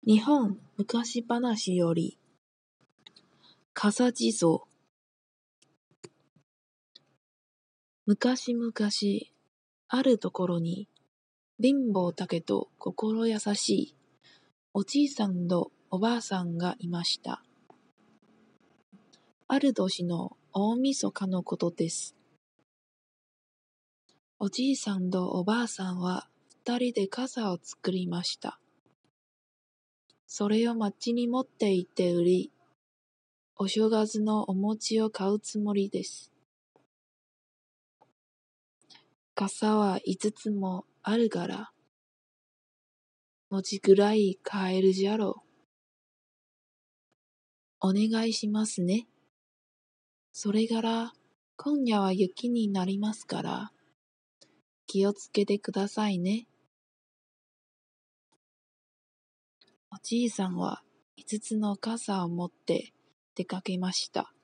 日本昔話より笠地蔵。昔々あるところに貧乏だけど心優しいおじいさんとおばあさんがいました。ある年の大晦日のことです。おじいさんとおばあさんは二人で傘を作りました。それを町に持って行って売り、お正月のお餅を買うつもりです。傘は5つもあるから、餅ぐらい買えるじゃろう。お願いしますね。それから、今夜は雪になりますから、気をつけてくださいね。おじいさんは5つの傘を持って出かけました。